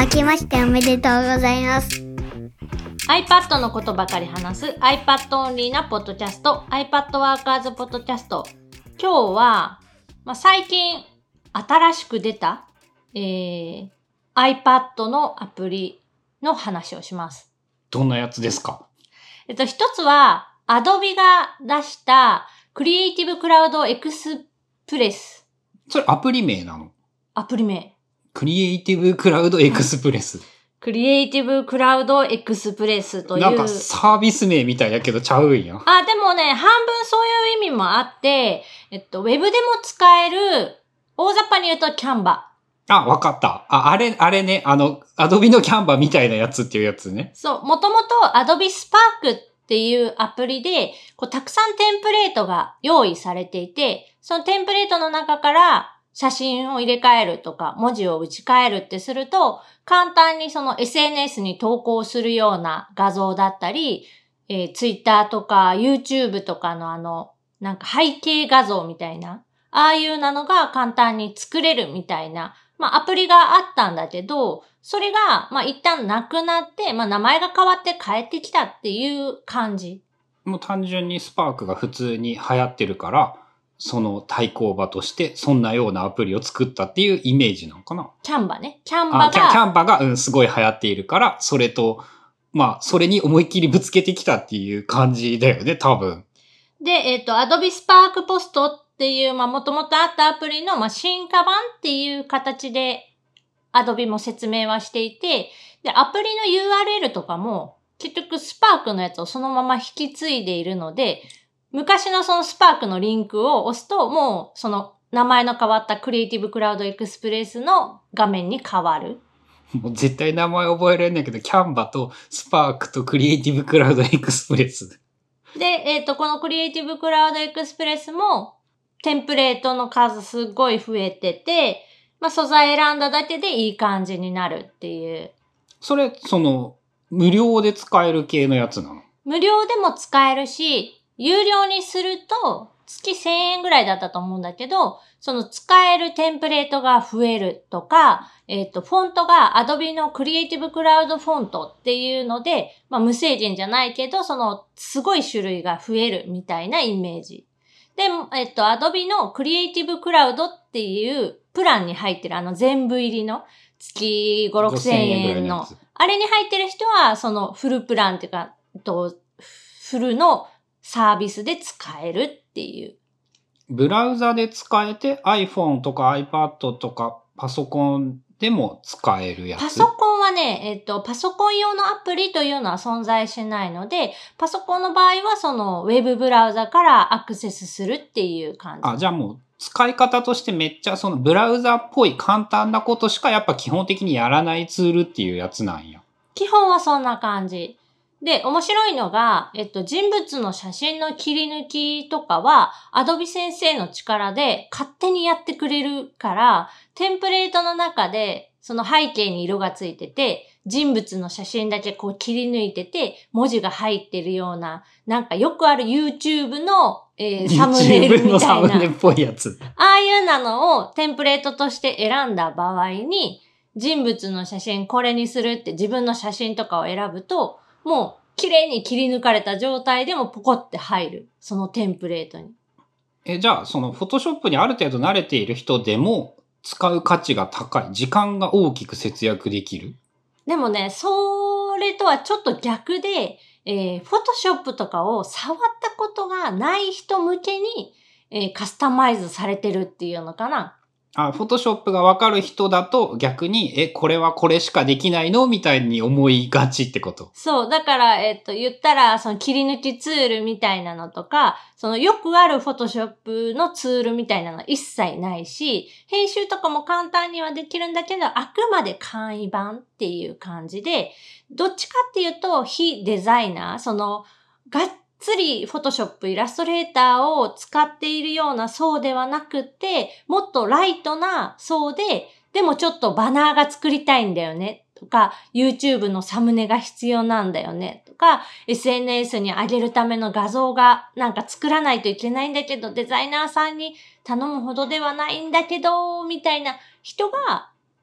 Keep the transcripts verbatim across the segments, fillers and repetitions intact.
明けましておめでとうございます。 iPad のことばかり話す iPad オンリーなポッドキャスト iPad ワーカーズポッドキャスト。今日は、まあ、最近新しく出た、えー、iPad のアプリの話をします。 どんなやつですか？ えっと、一つは Adobe が出したクリエイティブクラウドエクスプレス。 それアプリ名なの？ アプリ名。 クリエイティブクラウドエクスプレス。 クリエイティブクラウドエクスプレスという。 なんかサービス名みたいやけどちゃうんや。 あ、でもね、半分そういう意味もあって、えっと、ウェブでも使える、大雑把に言うとキャンバ。 あ、わかった。あ、あれ、あれね、あの、アドビのキャンバみたいなやつっていうやつね。 そう、もともと Adobe Spark っていうアプリで、こう、たくさんテンプレートが用意されていて、そのテンプレートの中から写真を入れ替えるとか、文字を打ち替えるってすると、簡単にその エスエヌエス に投稿するような画像だったり、えー、Twitter とか YouTube とかのあの、なんか背景画像みたいな、ああいうなのが簡単に作れるみたいな、まあアプリがあったんだけど、それが、まあ一旦なくなって、まあ名前が変わって帰ってきたっていう感じ。 もう単純にスパークが普通に流行ってるから、その対抗馬としてそんなようなアプリを作ったっていうイメージなのかな？ キャンバね。キャンバが。 あ、キャ、キャンバが、うん、すごい流行っているから、それと、まあ、それに思いっきりぶつけてきたっていう感じだよね、多分。 で、えっと、Adobe Spark Post っていう、まあ、もともとあったアプリの、まあ、進化版っていう形で、Adobe も説明はしていて、で、アプリの ユーアールエル とかも、結局 Spark のやつをそのまま引き継いでいるので、昔のその Spark のリンクを押すと、もう、その名前の変わったクリエイティブクラウドエクスプレスの画面に変わる。 もう絶対名前覚えられないけど、キャンバとスパークとクリエイティブクラウドエクスプレス。 で、えっと、このクリエイティブクラウドエクスプレスも、テンプレートの数すっごい増えてて、まあ、素材選んだだけでいい感じになるっていう。 それ、その、無料で使える系のやつなの？ 無料でも使えるし、有料にすると、月せんえんぐらいだったと思うんだけど、その使えるテンプレートが増えるとか、えっと、フォントが Adobe のクリエイティブクラウドフォントっていうので、まあ無制限じゃないけど、そのすごい種類が増えるみたいなイメージ。で、えっと、Adobe のクリエイティブクラウドっていうプランに入ってるあの全部入りの月ご、ろくせんえんの、あれに入ってる人は、そのフルプランっていうか、とフルのサービスで使えるっていう。 ブラウザで使えて iPhone とか iPad とかパソコンでも使えるやつ？ パソコンはね、えっと、パソコン用のアプリというのは存在しないので、パソコンの場合はそのウェブブラウザからアクセスするっていう感じ。 あ、じゃあもう使い方としてめっちゃそのブラウザっぽい簡単なことしかやっぱ基本的にやらないツールっていうやつなんや。 基本はそんな感じ。で、面白いのが、えっと、人物の写真の切り抜きとかは、Adobe 先生の力で勝手にやってくれるから、テンプレートの中で、その背景に色がついてて、人物の写真だけこう切り抜いてて、文字が入ってるような、なんかよくある YouTube の、えー、サムネイルみたいな。 YouTube のサムネっぽいやつ。 ああいうなのをテンプレートとして選んだ場合に、人物の写真これにするって自分の写真とかを選ぶと、もう綺麗に切り抜かれた状態でもポコって入る。そのテンプレートに。 え、じゃあそのフォトショップにある程度慣れている人でも使う価値が高い。時間が大きく節約できる。 でもね、それとはちょっと逆で、えー、フォトショップとかを触ったことがない人向けに、えー、カスタマイズされてるっていうのかな。 あ、フォトショップがわかる人だと逆に、え、これはこれしかできないのみたいに思いがちってこと。 そう。だから、えっと、言ったら、その切り抜きツールみたいなのとか、そのよくあるフォトショップのツールみたいなのは一切ないし、編集とかも簡単にはできるんだけど、あくまで簡易版っていう感じで、どっちかっていうと、非デザイナー、その、がっつりフォトショップ、イラストレーターを使っているような層ではなくて、もっとライトな層で、でもちょっとバナーが作りたいんだよねとか、YouTube のサムネが必要なんだよねとか、エスエヌエス に上げるための画像がなんか作らないといけないんだけど、デザイナーさんに頼むほどではないんだけど、みたいな人が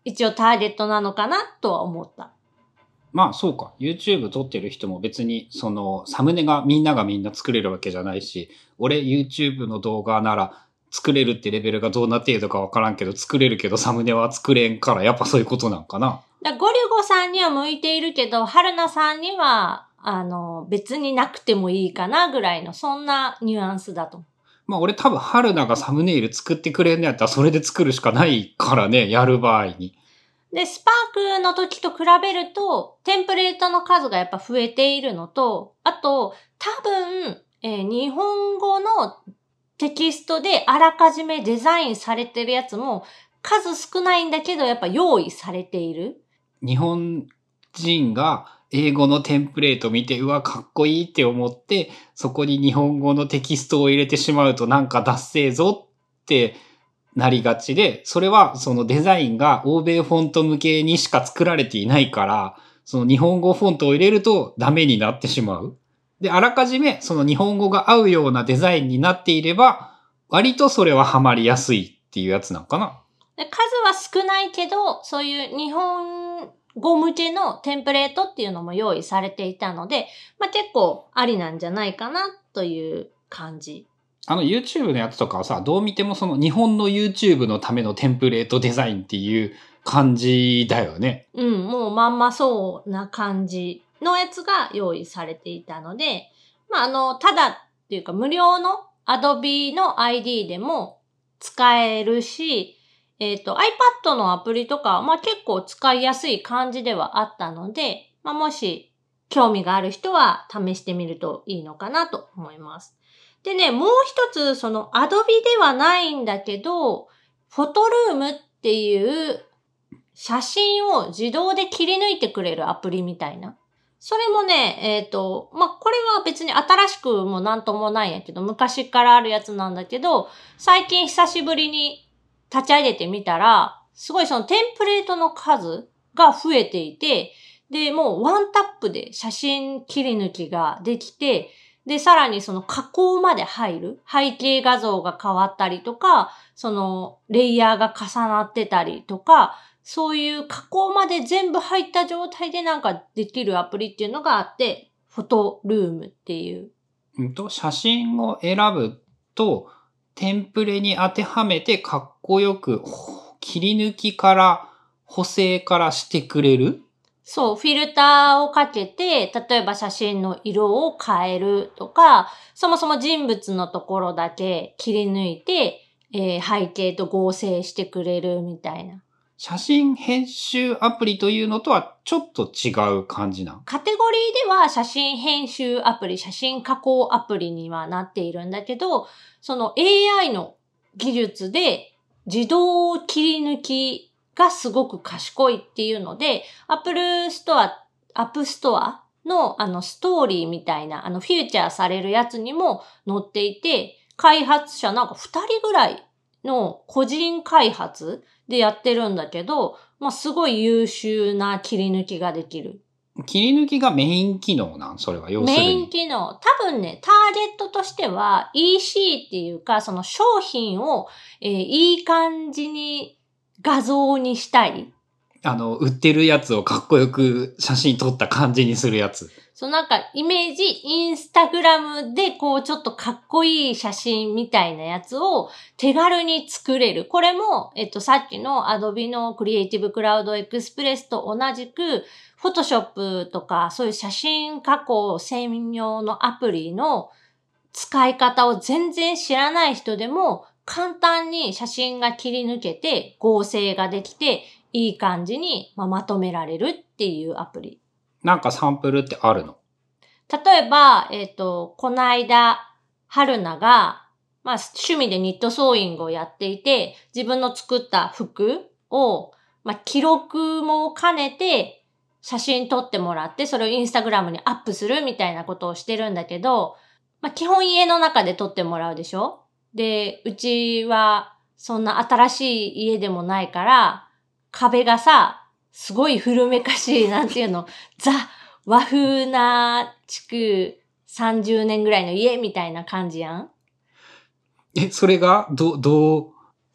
一応ターゲットなのかなとは思った。 まあそうか。YouTube 撮ってる人も別にそのサムネがみんながみんな作れるわけじゃないし、俺 YouTube の動画なら作れるってレベルがどうなっているのかわからんけど、作れるけどサムネは作れんから、やっぱそういうことなんかな。 だゴリゴさんには向いているけど、春菜さんには、あの、別になくてもいいかなぐらいの、そんなニュアンスだと。 まあ俺多分春菜がサムネイル作ってくれんのやったらそれで作るしかないからね、やる場合に。 で、スパークの時と比べると、テンプレートの数がやっぱ増えているのと、あと、多分、えー、日本語のテキストであらかじめデザインされてるやつも数少ないんだけど、やっぱ用意されている。 日本人が英語のテンプレート見て、うわ、かっこいいって思って、そこに日本語のテキストを入れてしまうとなんかダッセーぞってなりがちで、それはそのデザインが欧米フォント向けにしか作られていないから、その日本語フォントを入れるとダメになってしまう。で、あらかじめその日本語が合うようなデザインになっていれば、割とそれはハマりやすいっていうやつなんかな。 で数は少ないけど、そういう日本語向けのテンプレートっていうのも用意されていたので、まあ、結構ありなんじゃないかなという感じ。 あの YouTube のやつとかはさ、どう見てもその日本の YouTube のためのテンプレートデザインっていう感じだよね。 うん、もうまんまそうな感じのやつが用意されていたので、まあ、あの、ただっていうか無料の Adobe の アイディー でも使えるし、えっと、iPad のアプリとか、まあ、結構使いやすい感じではあったので、まあ、もし興味がある人は試してみるといいのかなと思います。でね、もう一つ、その Adobe ではないんだけど、フォトルームっていう写真を自動で切り抜いてくれるアプリみたいな。それもね、えっと、まあ、これは別に新しくもなんともないんやけど、昔からあるやつなんだけど、最近久しぶりに立ち上げてみたら、すごいそのテンプレートの数が増えていて、で、もうワンタップで写真切り抜きができて、で、さらにその加工まで入る。背景画像が変わったりとか、そのレイヤーが重なってたりとか、そういう加工まで全部入った状態でなんかできるアプリっていうのがあって、フォトルームっていう。 うんと、写真を選ぶと、テンプレに当てはめてかっこよく切り抜きから補正からしてくれる？ そう、フィルターをかけて、例えば写真の色を変えるとか、そもそも人物のところだけ切り抜いて、えー、背景と合成してくれるみたいな。 写真編集アプリというのとはちょっと違う感じなの？ カテゴリーでは写真編集アプリ、写真加工アプリにはなっているんだけど、その エーアイ の技術で自動切り抜きがすごく賢いっていうので、Apple Store、App Store のあのストーリーみたいな、あのフィーチャーされるやつにも載っていて、開発者なんかふたりぐらいの個人開発でやってるんだけど、まあ、すごい優秀な切り抜きができる。 切り抜きがメイン機能なん？それは要するに。 メイン機能。多分ね、ターゲットとしては イーシー っていうか、その商品を、えー、いい感じに画像にしたい。 あの、売ってるやつをかっこよく写真撮った感じにするやつ。 そうなんかイメージ、インスタグラムでこうちょっとかっこいい写真みたいなやつを手軽に作れる。これも、えっと、さっきの Adobe の Creative Cloud Express と同じく、Photoshop とかそういう写真加工専用のアプリの使い方を全然知らない人でも簡単に写真が切り抜けて合成ができていい感じにまとめられるっていうアプリ。 なんかサンプルってあるの？ 例えば、えっと、この間、春菜が、まあ、趣味でニットソーイングをやっていて、自分の作った服を、まあ、記録も兼ねて、写真撮ってもらって、それをインスタグラムにアップするみたいなことをしてるんだけど、まあ、基本家の中で撮ってもらうでしょ？で、うちは、そんな新しい家でもないから、壁がさ、すごい古めかしい、なんていうの、ザ、和風な築さんじゅうねんぐらいの家みたいな感じやん。 え、それが、ど、どう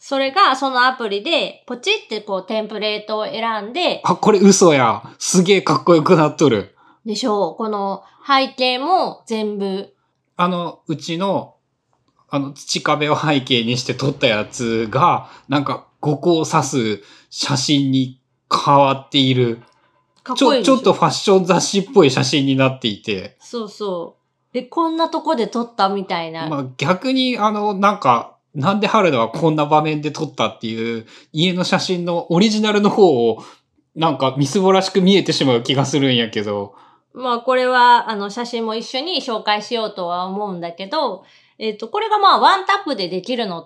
それがそのアプリでポチってこうテンプレートを選んで、 あ、これ嘘や。すげえかっこよくなっとる。 でしょう。この背景も全部。 あの、うちの、あの、土壁を背景にして撮ったやつが、なんか、五光を指す写真に変わっている。ちょ、 かっこいいでしょ。 ちょっとファッション雑誌っぽい写真になっていて。 そうそう。え、こんなとこで撮ったみたいな。 まあ逆に、あの、なんか、なんで春菜はこんな場面で撮ったっていう家の写真のオリジナルの方を、なんかみすぼらしく見えてしまう気がするんやけど。 まあこれはあの写真も一緒に紹介しようとは思うんだけど、えっと、これがまあワンタップでできるのって、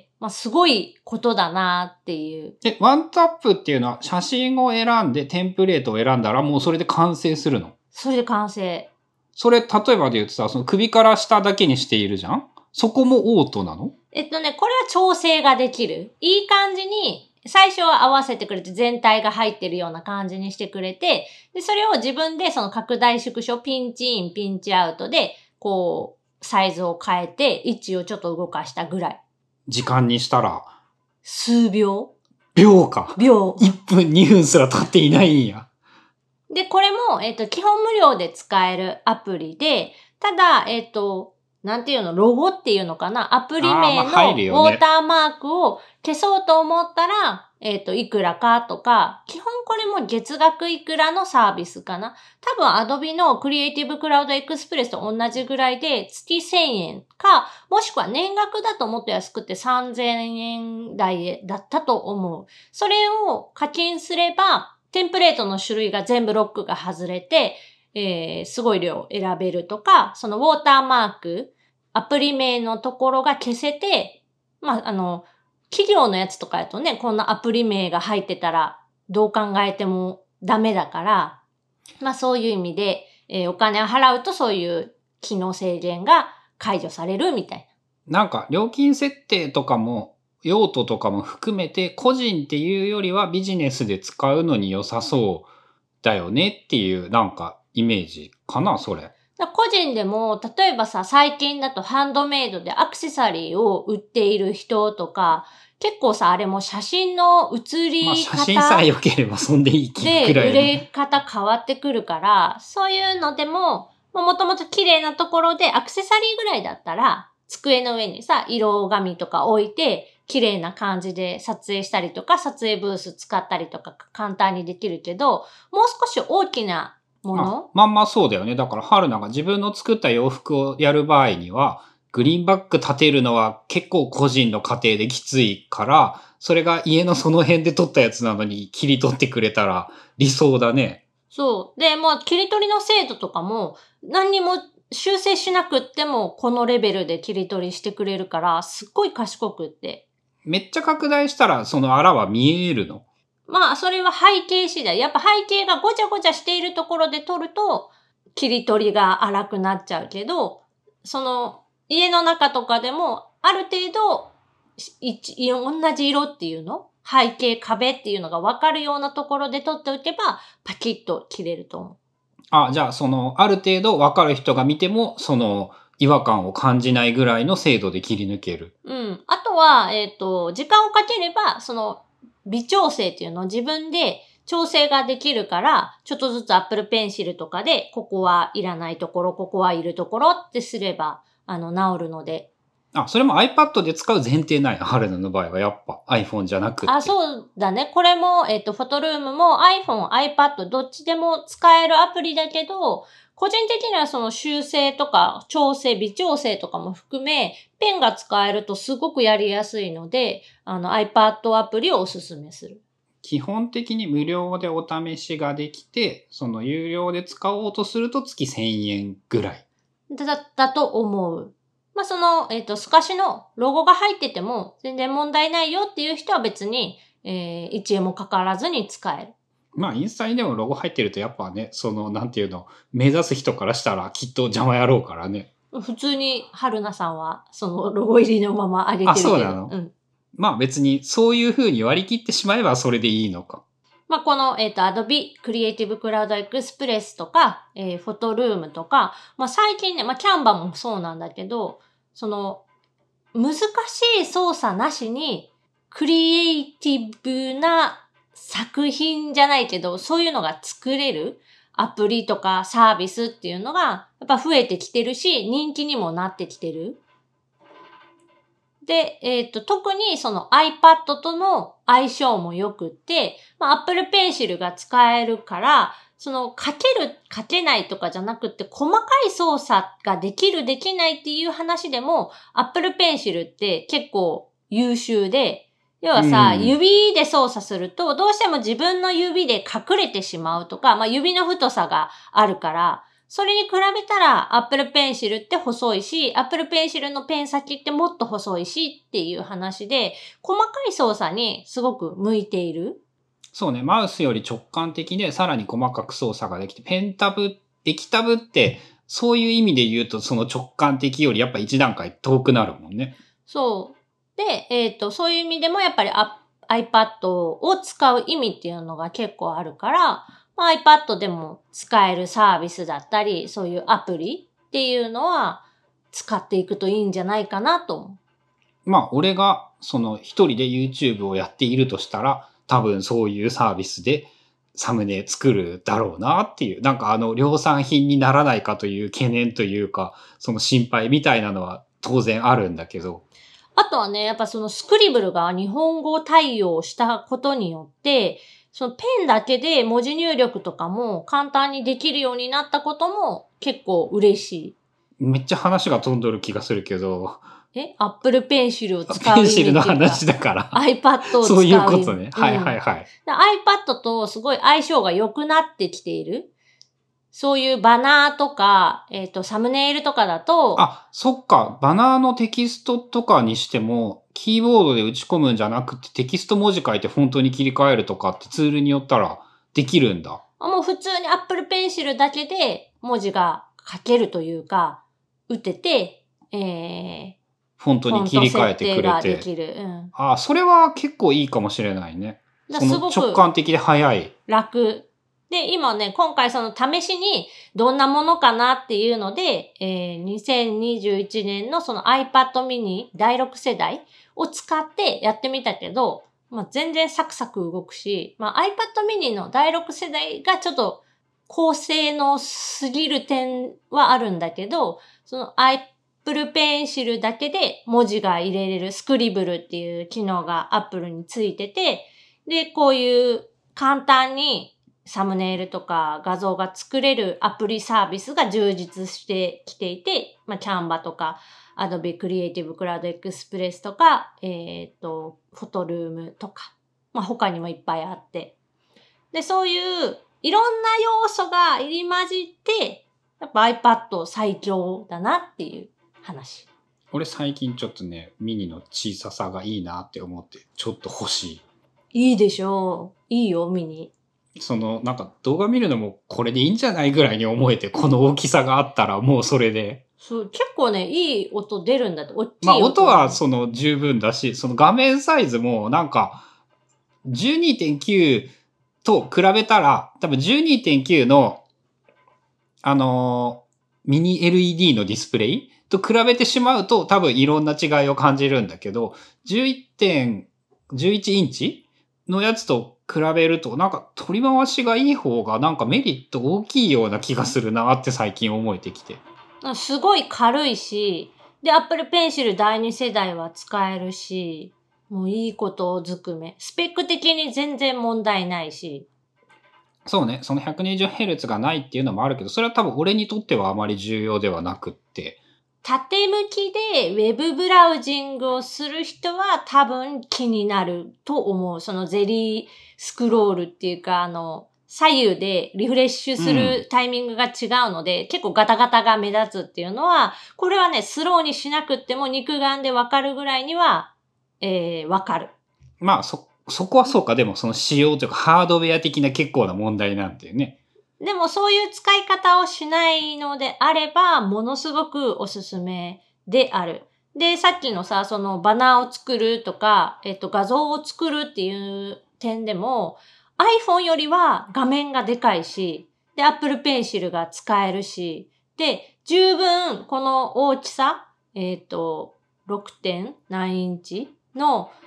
まあすごいことだなっていう。 え、ワンタップっていうのは写真を選んでテンプレートを選んだらもうそれで完成するの？ それで完成。 それ、例えばで言うとさ、その首から下だけにしているじゃん？そこもオートなの？ えっとね、これは調整ができる。いい感じに、最初は合わせてくれて全体が入ってるような感じにしてくれて、で、それを自分でその拡大縮小、ピンチイン、ピンチアウトで、こう、サイズを変えて、位置をちょっと動かしたぐらい。 時間にしたら。 数秒秒か。 秒。 いっぷん、にふんすら経っていないんや。 で、これも、えっと、基本無料で使えるアプリで、ただ、えっと、なんていうの、ロゴっていうのかな、アプリ名あーまあのウ入るよねォーターマークを消そうと思ったら、えっと、いくらかとか、基本これも月額いくらのサービスかな。多分 Adobe のクリエイティブクラウドエクスプレスと同じぐらいで月せんえんか、もしくは年額だともっと安くてさんぜんえん台だったと思う。それを課金すれば、テンプレートの種類が全部ロックが外れて、えー、すごい量選べるとか、そのウォーターマーク、アプリ名のところが消せて、まあ、あの、企業のやつとかやとね、こんなアプリ名が入ってたら、どう考えてもダメだから、まあそういう意味で、えー、お金を払うとそういう機能制限が解除されるみたいな。なんか、料金設定とかも、用途とかも含めて、個人っていうよりはビジネスで使うのに良さそうだよねっていう、なんか、イメージかな、それ。 な。個人でも、例えばさ、最近だとハンドメイドでアクセサリーを売っている人とか、結構さ、あれも写真の写り方、 まあ、写真さえ良ければそんでいいくで、 らいの。 売れ方変わってくるから、そういうのでも、もともと綺麗なところでアクセサリーぐらいだったら、机の上にさ、色紙とか置いて、綺麗な感じで撮影したりとか、撮影ブース使ったりとか簡単にできるけど、もう少し大きなもの、 まあまあそうだよね。だから、春菜が自分の作った洋服をやる場合には、グリーンバック立てるのは結構個人の家庭できついから、それが家のその辺で撮ったやつなのに切り取ってくれたら理想だね。 そう。で、もう切り取りの精度とかも何にも修正しなくってもこのレベルで切り取りしてくれるから、すっごい賢くって。 めっちゃ拡大したらそのあらは見えるの？ まあ、それは背景次第。やっぱ背景がごちゃごちゃしているところで撮ると、切り取りが荒くなっちゃうけど、その、家の中とかでも、ある程度、一、同じ色っていうの？背景、壁っていうのが分かるようなところで撮っておけば、パキッと切れると思う。 あ、じゃあその、ある程度分かる人が見ても、その、違和感を感じないぐらいの精度で切り抜ける。 うん。あとは、えっと、時間をかければ、その、微調整っていうのを自分で調整ができるから、ちょっとずつ Apple Pencil とかで、ここはいらないところ、ここはいるところってすれば、あの、治るので。 あ、それも iPad で使う前提ないの？春菜の場合はやっぱ iPhone じゃなくて。 あ、そうだね。これも、えっと、フォトルームも iPhone、iPad どっちでも使えるアプリだけど、個人的にはその修正とか調整、微調整とかも含め、ペンが使えるとすごくやりやすいので、あの iPad アプリをおすすめする。 基本的に無料でお試しができて、その有料で使おうとすると月せんえんぐらい。 だったと思う。まあ、その、えっと、透かしのロゴが入ってても全然問題ないよっていう人は別に、えー、いちえんもかからずに使える。 まあ、インスタにでもロゴ入ってるとやっぱね、その、なんていうの、目指す人からしたらきっと邪魔やろうからね。 普通に春菜さんはそのロゴ入りのまま上げてるけど。 あ、そうなの？うん。まあ別にそういう風に割り切ってしまえばそれでいいのか。 まあ、この、えっと、Adobe Creative Cloud Express とか、えー、フォトルームとか、まあ、最近ね、まあ、Canva もそうなんだけど、その、難しい操作なしに、 クリエイティブな作品じゃないけど、そういうのが作れるアプリとかサービスっていうのがやっぱ増えてきてるし、人気にもなってきてる。で、えっと、特にその iPad との相性も良くって、まあ、Apple Pencil が使えるから、その書ける、書けないとかじゃなくて、細かい操作ができる、できないっていう話でも、Apple Pencil って結構優秀で、要はさ、 うん指で操作すると、どうしても自分の指で隠れてしまうとか、まあ、指の太さがあるから、それに比べたら Apple Pencil って細いし、Apple Pencil のペン先ってもっと細いしっていう話で、細かい操作にすごく向いている。 そうね、マウスより直感的でさらに細かく操作ができて、ペンタブ、液タブってそういう意味で言うとその直感的よりやっぱ一段階遠くなるもんね。 そう。で、えっと、そういう意味でもやっぱり iPad を使う意味っていうのが結構あるから、まあ、iPad でも使えるサービスだったり、そういうアプリっていうのは使っていくといいんじゃないかなと思う。 まあ、俺がその一人で YouTube をやっているとしたら、多分そういうサービスでサムネ作るだろうなっていう、なんかあの量産品にならないかという懸念というか、その心配みたいなのは当然あるんだけど。 あとはね、やっぱそのスクリブルが日本語対応したことによって、そのペンだけで文字入力とかも簡単にできるようになったことも結構嬉しい。 めっちゃ話が飛んどる気がするけど。 え ?Apple Pencil を使うペン意味っていうかシルの話だから。 iPad を使う意味。 そういうことね。 うんはいはいはい。 iPad とすごい相性が良くなってきている。そういうバナーとか、えっと、サムネイルとかだと、 あ、そっか。バナーのテキストとかにしても、キーボードで打ち込むんじゃなくてテキスト文字書いてフォントに切り替えるとかってツールによったらできるんだ。 もう普通に Apple Pencil だけで文字が書けるというか、打てて、えー、 フォントに切り替えてくれフォント設定がでて。 きる。うん。 あ、それは結構いいかもしれないね。そのだからすごく直感的で早い。 楽。で、今ね、今回その試しにどんなものかなっていうので、えー、にせんにじゅういちねんのその iPad mini だいろく世代を使ってやってみたけど、まあ、全然サクサク動くし、まあ、iPad mini のだいろく世代がちょっと高性能すぎる点はあるんだけど、その Apple Pencil だけで文字が入れれるスクリブルっていう機能が Apple についてて、で、こういう簡単にサムネイルとか画像が作れるアプリサービスが充実してきていて、まあ、キャンバとか、Adobe Creative Cloud Express とか、えっと、フォトルームとか、まあ、他にもいっぱいあって。で、そういういろんな要素が入り混じって、やっぱ iPad 最強だなっていう話。 俺最近ちょっとね、ミニの小ささがいいなって思って、ちょっと欲しいいでしょう。いいよ、ミニ。 い。その、なんか動画見るのもこれでいいんじゃないぐらいに思えて、この大きさがあったらもうそれで。 そう、結構ね、いい音出るんだって。大きいまあ音はそその十分だし、その画面サイズもなんか じゅうにてんきゅう と比べたら、多分 じゅうにてんきゅう のあのー、ミニ エルイーディー のディスプレイと比べてしまうと多分いろんな違いを感じるんだけど、じゅういってんじゅういちインチのやつと比べるとなんか取り回しがいい方がなんかメリット大きいような気がするなって最近思えてきて。 すごい軽いし、で、Apple Pencil だいに世代は使えるし、もういいことずくめ。スペック的に全然問題ないし。 そうね、その ひゃくにじゅうヘルツ がないっていうのもあるけど、それは多分俺にとってはあまり重要ではなくって。 縦向きでウェブブラウジングをする人は多分気になると思う。そのゼリースクロールっていうか、あの、左右でリフレッシュするタイミングが違うので、うん、結構ガタガタが目立つっていうのは、これはね、スローにしなくっても肉眼でわかるぐらいには、えー、わかる。 まあ、そ、そこはそうか。でもその仕様というかハードウェア的な結構な問題なんていうね。 でもそういう使い方をしないのであれば、ものすごくおすすめである。で、さっきのさ、そのバナーを作るとか、えっと、画像を作るっていう点でも、iPhone よりは画面がでかいし、で、Apple Pencil が使えるし、で、十分この大きさ、えっと、ろくてん何インチの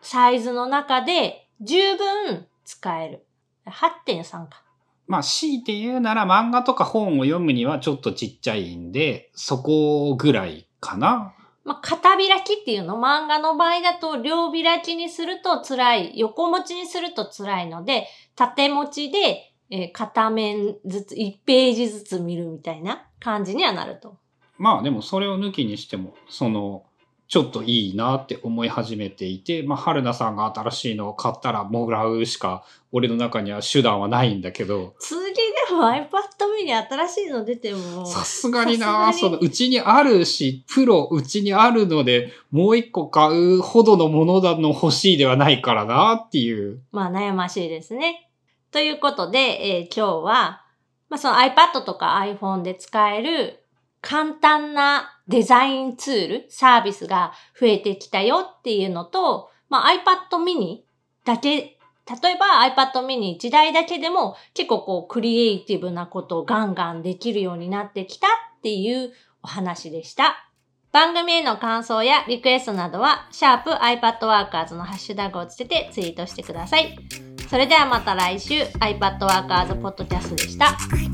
サイズの中で十分使える。はってんさん か。 まあ、強いて言うなら漫画とか本を読むにはちょっとちっちゃいんで、そこぐらいかな。 まあ、片開きっていうの、漫画の場合だと両開きにすると辛い、横持ちにすると辛いので、縦持ちで、えー、片面ずつ、いちページずつ見るみたいな感じにはなると。 まあでもそれを抜きにしても、その、ちょっといいなって思い始めていて、まあ、春菜さんが新しいのを買ったらもらうしか、俺の中には手段はないんだけど。 次でも iPad mini 新しいの出ても。 さすがにな、そのうちにあるし、プロうちにあるので、もう一個買うほどのものだの欲しいではないからなっていう。 まあ悩ましいですね。ということで、えー、今日は、まあその iPad とか iPhone で使える簡単なデザインツール、サービスが増えてきたよっていうのと、まあ iPad mini だけ、例えば iPad mini いちだいだけでも結構こうクリエイティブなことをガンガンできるようになってきたっていうお話でした。番組への感想やリクエストなどは、シャープ iPadWorkers のハッシュタグをつけてツイートしてください。それではまた来週、iPadWorkers ポッドキャストでした。